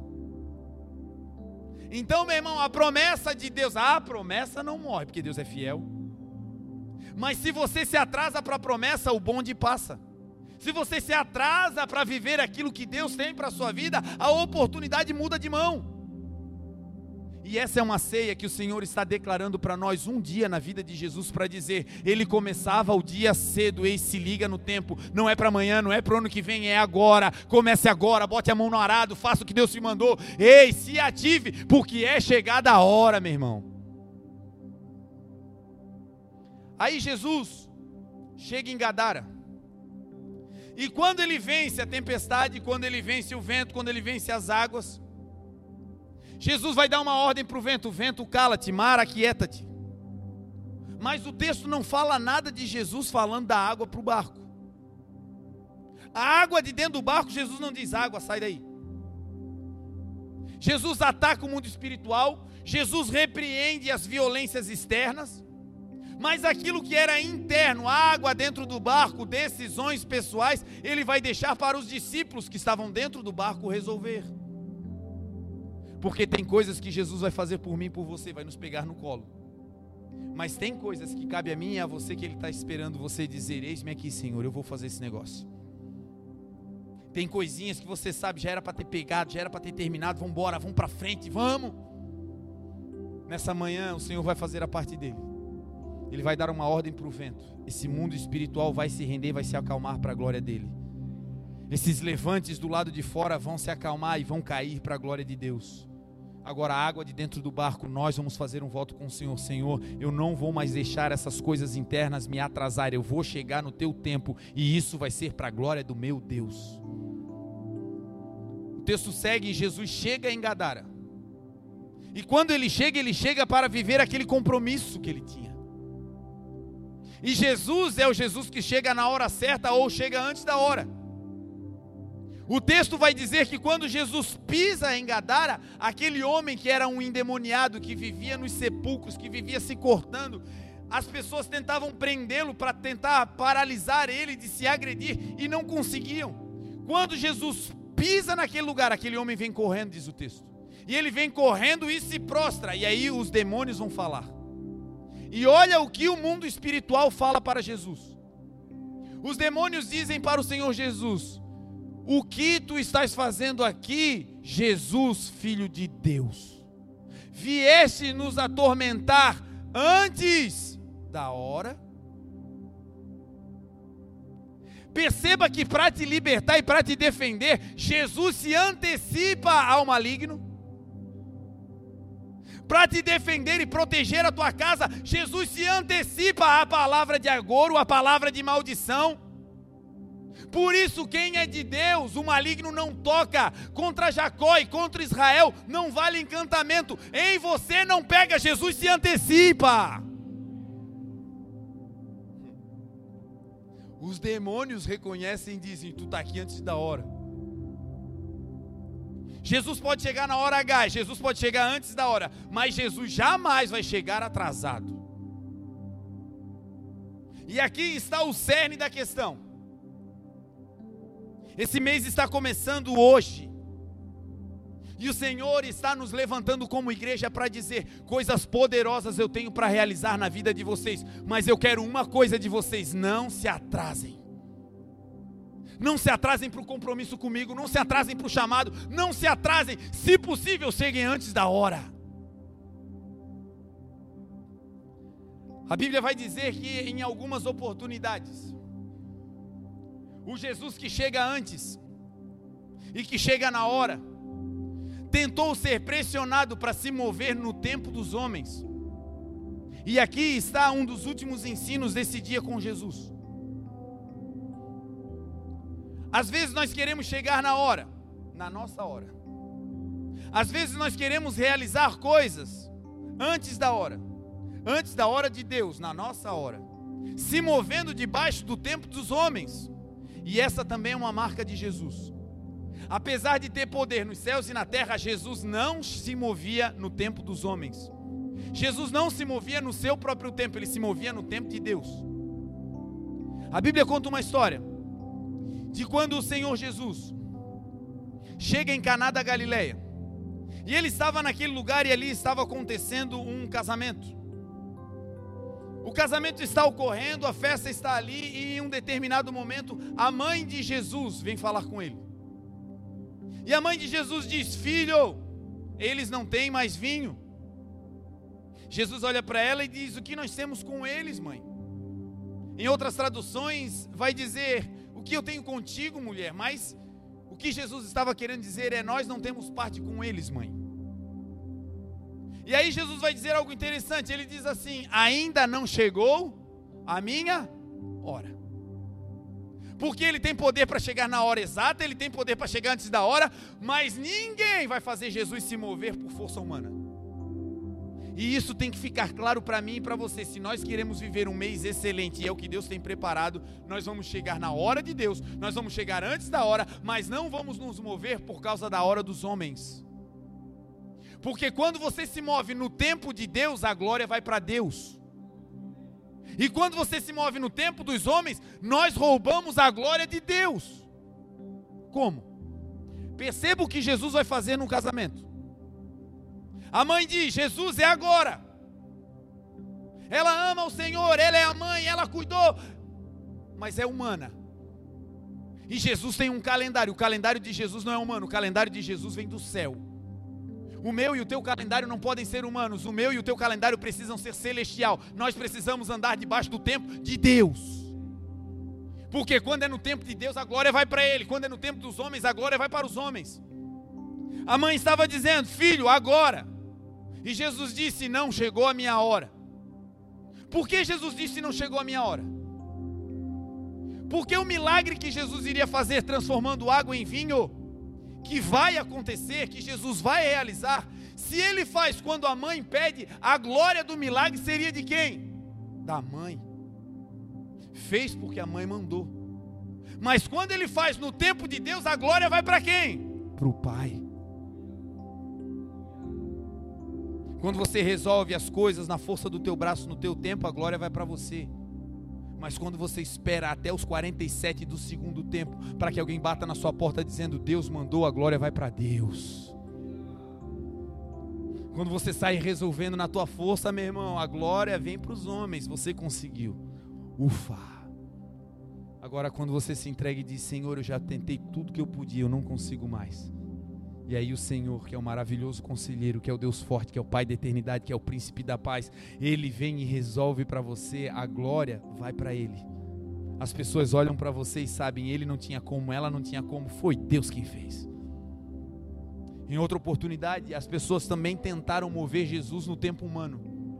[SPEAKER 1] Então, meu irmão, a promessa de Deus, a promessa não morre, porque Deus é fiel. Mas se você se atrasa para a promessa, o bonde passa. Se você se atrasa para viver aquilo que Deus tem para a sua vida, a oportunidade muda de mão. E essa é uma ceia que o Senhor está declarando para nós um dia na vida de Jesus, para dizer: Ele começava o dia cedo. Ei, se liga no tempo, não é para amanhã, não é para o ano que vem, é agora. Comece agora, bote a mão no arado, faça o que Deus te mandou. Ei, se ative, porque é chegada a hora, meu irmão. Aí Jesus chega em Gadara, e quando ele vence a tempestade, quando ele vence o vento, quando ele vence as águas, Jesus vai dar uma ordem para o vento: vento, cala-te, mar, aquieta-te. Mas o texto não fala nada de Jesus falando da água para o barco. A água de dentro do barco, Jesus não diz: água, sai daí. Jesus ataca o mundo espiritual, Jesus repreende as violências externas, mas aquilo que era interno, água dentro do barco, decisões pessoais, ele vai deixar para os discípulos que estavam dentro do barco resolver. Porque tem coisas que Jesus vai fazer por mim e por você, vai nos pegar no colo. Mas tem coisas que cabe a mim e a você, que Ele está esperando você dizer: eis-me aqui, Senhor, eu vou fazer esse negócio. Tem coisinhas que você sabe, já era para ter pegado, já era para ter terminado. Vamos embora, vamos para frente, vamos. Nessa manhã o Senhor vai fazer a parte dele. Ele vai dar uma ordem para o vento. Esse mundo espiritual vai se render, vai se acalmar para a glória dele. Esses levantes do lado de fora vão se acalmar e vão cair para a glória de Deus. Agora a água de dentro do barco, nós vamos fazer um voto com o Senhor. Senhor, eu não vou mais deixar essas coisas internas me atrasarem. Eu vou chegar no teu tempo e isso vai ser para a glória do meu Deus. O texto segue e Jesus chega em Gadara. E quando ele chega para viver aquele compromisso que ele tinha. E Jesus é o Jesus que chega na hora certa ou chega antes da hora. O texto vai dizer que quando Jesus pisa em Gadara, aquele homem que era um endemoniado, que vivia nos sepulcros, que vivia se cortando, as pessoas tentavam prendê-lo para tentar paralisar ele de se agredir e não conseguiam. Quando Jesus pisa naquele lugar, aquele homem vem correndo, diz o texto. E ele vem correndo e se prostra, e aí os demônios vão falar. E olha o que o mundo espiritual fala para Jesus. Os demônios dizem para o Senhor Jesus: o que tu estás fazendo aqui, Jesus, Filho de Deus? Vieste nos atormentar antes da hora? Perceba que para te libertar e para te defender, Jesus se antecipa ao maligno. Para te defender e proteger a tua casa, Jesus se antecipa à palavra de agouro, à palavra de maldição. Por isso, quem é de Deus, o maligno não toca. Contra Jacó e contra Israel não vale encantamento. Em você não pega, Jesus se antecipa. Os demônios reconhecem e dizem: tu está aqui antes da hora. Jesus pode chegar na hora H, Jesus pode chegar antes da hora, mas Jesus jamais vai chegar atrasado. E aqui está o cerne da questão. Esse mês está começando hoje, e o Senhor está nos levantando como igreja para dizer: coisas poderosas eu tenho para realizar na vida de vocês, mas eu quero uma coisa de vocês: não se atrasem. Não se atrasem para o compromisso comigo, não se atrasem para o chamado, não se atrasem, se possível cheguem antes da hora. A Bíblia vai dizer que em algumas oportunidades, o Jesus que chega antes e que chega na hora, tentou ser pressionado para se mover no tempo dos homens. E aqui está um dos últimos ensinos desse dia com Jesus. Às vezes nós queremos chegar na hora, na nossa hora. Às vezes nós queremos realizar coisas antes da hora de Deus, na nossa hora, se movendo debaixo do tempo dos homens. E essa também é uma marca de Jesus. Apesar de ter poder nos céus e na terra, Jesus não se movia no tempo dos homens. Jesus não se movia no seu próprio tempo, ele se movia no tempo de Deus. A Bíblia conta uma história de quando o Senhor Jesus chega em Caná da Galileia, e ele estava naquele lugar e ali estava acontecendo um casamento. O casamento está ocorrendo, a festa está ali, e em um determinado momento a mãe de Jesus vem falar com ele. E a mãe de Jesus diz: filho, eles não têm mais vinho. Jesus olha para ela e diz: o que nós temos com eles, mãe? Em outras traduções vai dizer: o que eu tenho contigo, mulher? Mas o que Jesus estava querendo dizer é: nós não temos parte com eles, mãe. E aí Jesus vai dizer algo interessante. Ele diz assim: ainda não chegou a minha hora. Porque ele tem poder para chegar na hora exata, ele tem poder para chegar antes da hora, mas ninguém vai fazer Jesus se mover por força humana. E isso tem que ficar claro para mim e para você. Se nós queremos viver um mês excelente, e é o que Deus tem preparado, nós vamos chegar na hora de Deus, nós vamos chegar antes da hora, mas não vamos nos mover por causa da hora dos homens. Porque quando você se move no tempo de Deus, a glória vai para Deus. E quando você se move no tempo dos homens, nós roubamos a glória de Deus. Como? Perceba o que Jesus vai fazer no casamento. A mãe diz: Jesus, é agora. Ela ama o Senhor, ela é a mãe, ela cuidou, mas é humana. E Jesus tem um calendário. O calendário de Jesus não é humano. O calendário de Jesus vem do céu. O meu e o teu calendário não podem ser humanos. O meu e o teu calendário precisam ser celestial. Nós precisamos andar debaixo do tempo de Deus. Porque quando é no tempo de Deus, a glória vai para Ele. Quando é no tempo dos homens, a glória vai para os homens. A mãe estava dizendo: filho, agora. E Jesus disse: não chegou a minha hora. Por que Jesus disse: não chegou a minha hora? Porque o milagre que Jesus iria fazer, transformando água em vinho, que vai acontecer, que Jesus vai realizar, se Ele faz quando a mãe pede, a glória do milagre seria de quem? Da mãe. Fez porque a mãe mandou. Mas quando Ele faz no tempo de Deus, a glória vai para quem? Para o Pai. Quando você resolve as coisas na força do teu braço, no teu tempo, a glória vai para você. Mas quando você espera até os 47 do segundo tempo, para que alguém bata na sua porta dizendo: Deus mandou, a glória vai para Deus. Quando você sai resolvendo na tua força, meu irmão, a glória vem para os homens. Você conseguiu. Ufa. Agora quando você se entrega e diz: Senhor, eu já tentei tudo que eu podia, eu não consigo mais. E aí o Senhor, que é o maravilhoso conselheiro, que é o Deus forte, que é o Pai da eternidade, que é o príncipe da paz, Ele vem e resolve para você, a glória vai para Ele. As pessoas olham para você e sabem: Ele não tinha como, ela não tinha como, foi Deus quem fez. Em outra oportunidade, as pessoas também tentaram mover Jesus no tempo humano.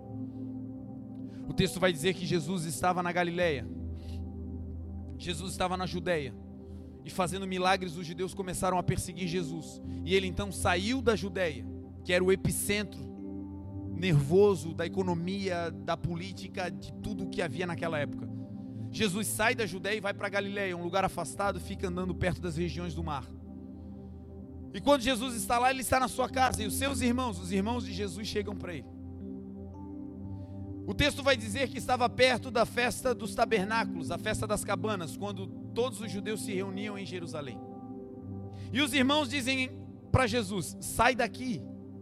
[SPEAKER 1] O texto vai dizer que Jesus estava na Galileia, Jesus estava na Judeia, e fazendo milagres, os judeus começaram a perseguir Jesus. E ele então saiu da Judeia, que era o epicentro nervoso da economia, da política, de tudo o que havia naquela época. Jesus sai da Judeia e vai para Galileia, um lugar afastado, fica andando perto das regiões do mar. E quando Jesus está lá, ele está na sua casa, e os seus irmãos, os irmãos de Jesus, chegam para ele. O texto vai dizer que estava perto da festa dos tabernáculos, a festa das cabanas, quando todos os judeus se reuniam em Jerusalém. E os irmãos dizem para Jesus: sai daqui.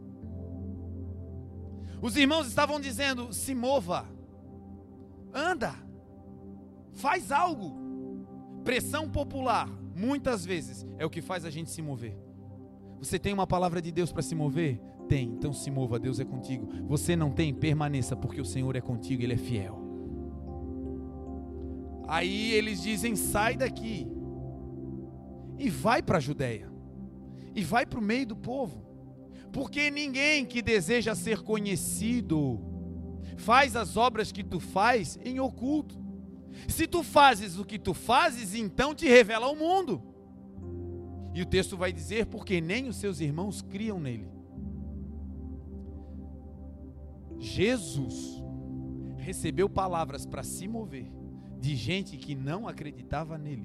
[SPEAKER 1] Os irmãos estavam dizendo: se mova, anda, faz algo. Pressão popular, muitas vezes, é o que faz a gente se mover. Você tem uma palavra de Deus para se mover? Tem, então se mova, Deus é contigo. Você não tem, permaneça, porque o Senhor é contigo, Ele é fiel. Aí eles dizem: sai daqui e vai para a Judeia, e vai para o meio do povo, porque ninguém que deseja ser conhecido faz as obras que tu faz em oculto. Se tu fazes o que tu fazes, então te revela ao mundo. E o texto vai dizer: porque nem os seus irmãos criam nele. Jesus recebeu palavras para se mover de gente que não acreditava nele.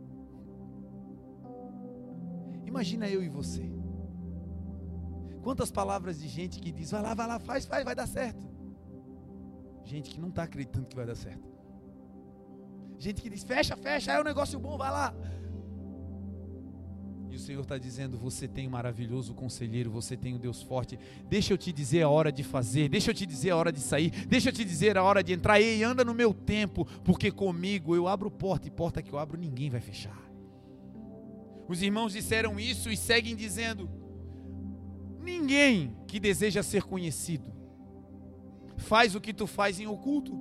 [SPEAKER 1] Imagina eu e você. Quantas palavras de gente que diz: vai lá, faz, vai dar certo. Gente que não está acreditando que vai dar certo. Gente que diz: fecha, é um negócio bom, vai lá. E o Senhor está dizendo: você tem um maravilhoso conselheiro, você tem um Deus forte. Deixa eu te dizer a hora de fazer, deixa eu te dizer a hora de sair, deixa eu te dizer a hora de entrar. Ei, anda no meu tempo, porque comigo eu abro porta, e porta que eu abro ninguém vai fechar. Os irmãos disseram isso e seguem dizendo: ninguém que deseja ser conhecido faz o que tu faz em oculto.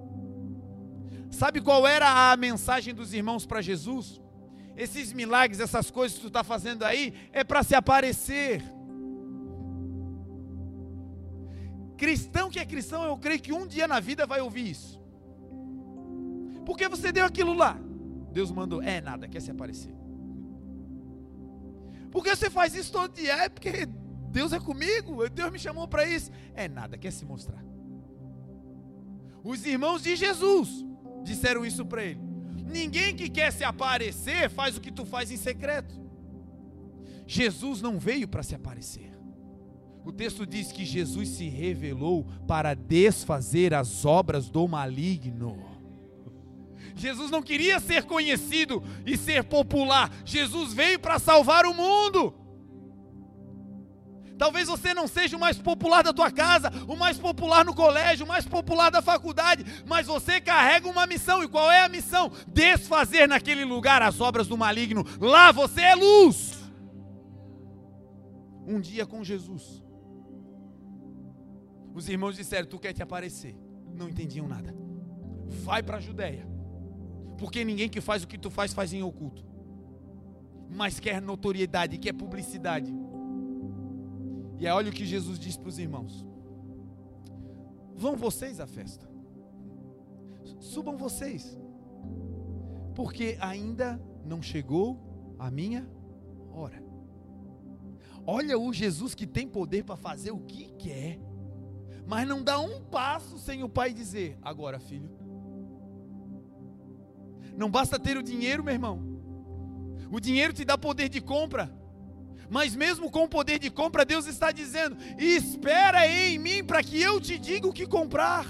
[SPEAKER 1] Sabe qual era a mensagem dos irmãos para Jesus? Esses milagres, essas coisas que tu está fazendo aí, é para se aparecer. Cristão que é cristão, eu creio que um dia na vida vai ouvir isso. Porque você deu aquilo lá, Deus mandou, é nada, quer se aparecer. Porque você faz isso todo dia, é porque Deus é comigo, Deus me chamou para isso, é nada, quer se mostrar. Os irmãos de Jesus disseram isso para ele: ninguém que quer se aparecer faz o que tu faz em secreto. Jesus não veio para se aparecer. O texto diz que Jesus se revelou para desfazer as obras do maligno. Jesus não queria ser conhecido e ser popular. Jesus veio para salvar o mundo. Talvez você não seja o mais popular da tua casa, o mais popular no colégio, o mais popular da faculdade, mas você carrega uma missão. E qual é a missão? Desfazer naquele lugar as obras do maligno. Lá você é luz. Um dia com Jesus, os irmãos disseram: tu quer te aparecer? Não entendiam nada. Vai para a Judéia, porque ninguém que faz o que tu faz, faz em oculto, mas quer notoriedade, quer publicidade. E aí olha o que Jesus disse para os irmãos: vão vocês à festa, subam vocês, porque ainda não chegou a minha hora. Olha o Jesus que tem poder para fazer o que quer, mas não dá um passo sem o Pai dizer: agora, filho. Não basta ter o dinheiro, meu irmão. O dinheiro te dá poder de compra, mas mesmo com o poder de compra, Deus está dizendo: espera em mim para que eu te diga o que comprar.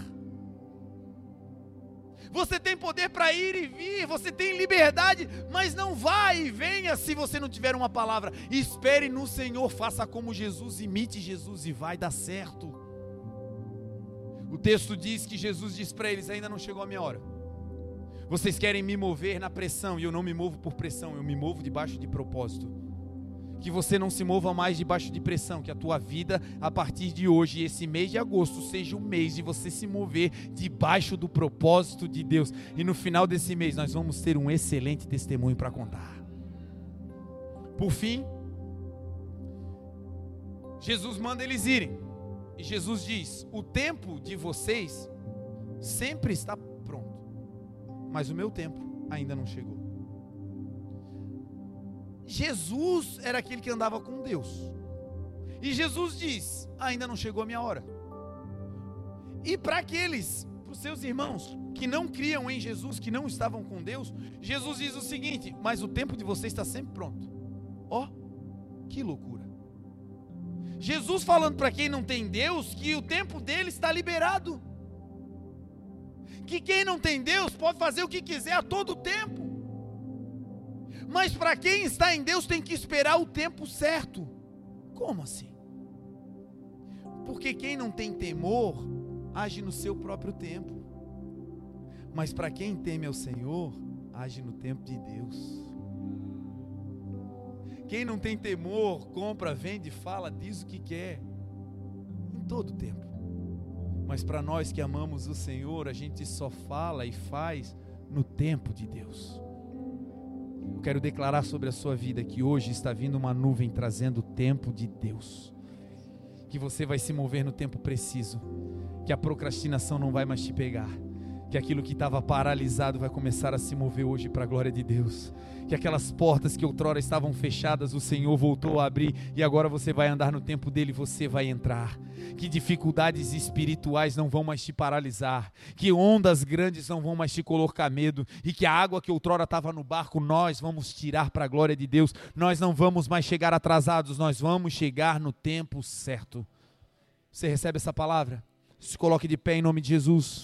[SPEAKER 1] Você tem poder para ir e vir, você tem liberdade, mas não vá e venha se você não tiver uma palavra. Espere no Senhor, faça como Jesus, imite Jesus e vai dar certo. O texto diz que Jesus diz para eles: ainda não chegou a minha hora. Vocês querem me mover na pressão, e eu não me movo por pressão, eu me movo debaixo de propósito. Que você não se mova mais debaixo de pressão, que a tua vida, a partir de hoje, esse mês de agosto, seja um mês de você se mover debaixo do propósito de Deus. E no final desse mês, nós vamos ter um excelente testemunho para contar. Por fim, Jesus manda eles irem. E Jesus diz: o tempo de vocês sempre está pronto, mas o meu tempo ainda não chegou. Jesus era aquele que andava com Deus, e Jesus diz: ainda não chegou a minha hora. E para aqueles, para os seus irmãos que não criam em Jesus, que não estavam com Deus, Jesus diz o seguinte: mas o tempo de vocês está sempre pronto. Ó, que loucura. Jesus falando para quem não tem Deus que o tempo dele está liberado, que quem não tem Deus pode fazer o que quiser a todo tempo. Mas para quem está em Deus tem que esperar o tempo certo. Como assim? Porque quem não tem temor age no seu próprio tempo, mas para quem teme ao Senhor age no tempo de Deus. Quem não tem temor compra, vende, fala, diz o que quer em todo tempo. Mas para nós que amamos o Senhor, a gente só fala e faz no tempo de Deus. Eu quero declarar sobre a sua vida que hoje está vindo uma nuvem trazendo o tempo de Deus. Que você vai se mover no tempo preciso. Que a procrastinação não vai mais te pegar. Que aquilo que estava paralisado vai começar a se mover hoje para a glória de Deus. Que aquelas portas que outrora estavam fechadas, o Senhor voltou a abrir e agora você vai andar no tempo dele e você vai entrar. Que dificuldades espirituais não vão mais te paralisar. Que ondas grandes não vão mais te colocar medo. E que a água que outrora estava no barco, nós vamos tirar para a glória de Deus. Nós não vamos mais chegar atrasados, nós vamos chegar no tempo certo. Você recebe essa palavra? Se coloque de pé em nome de Jesus.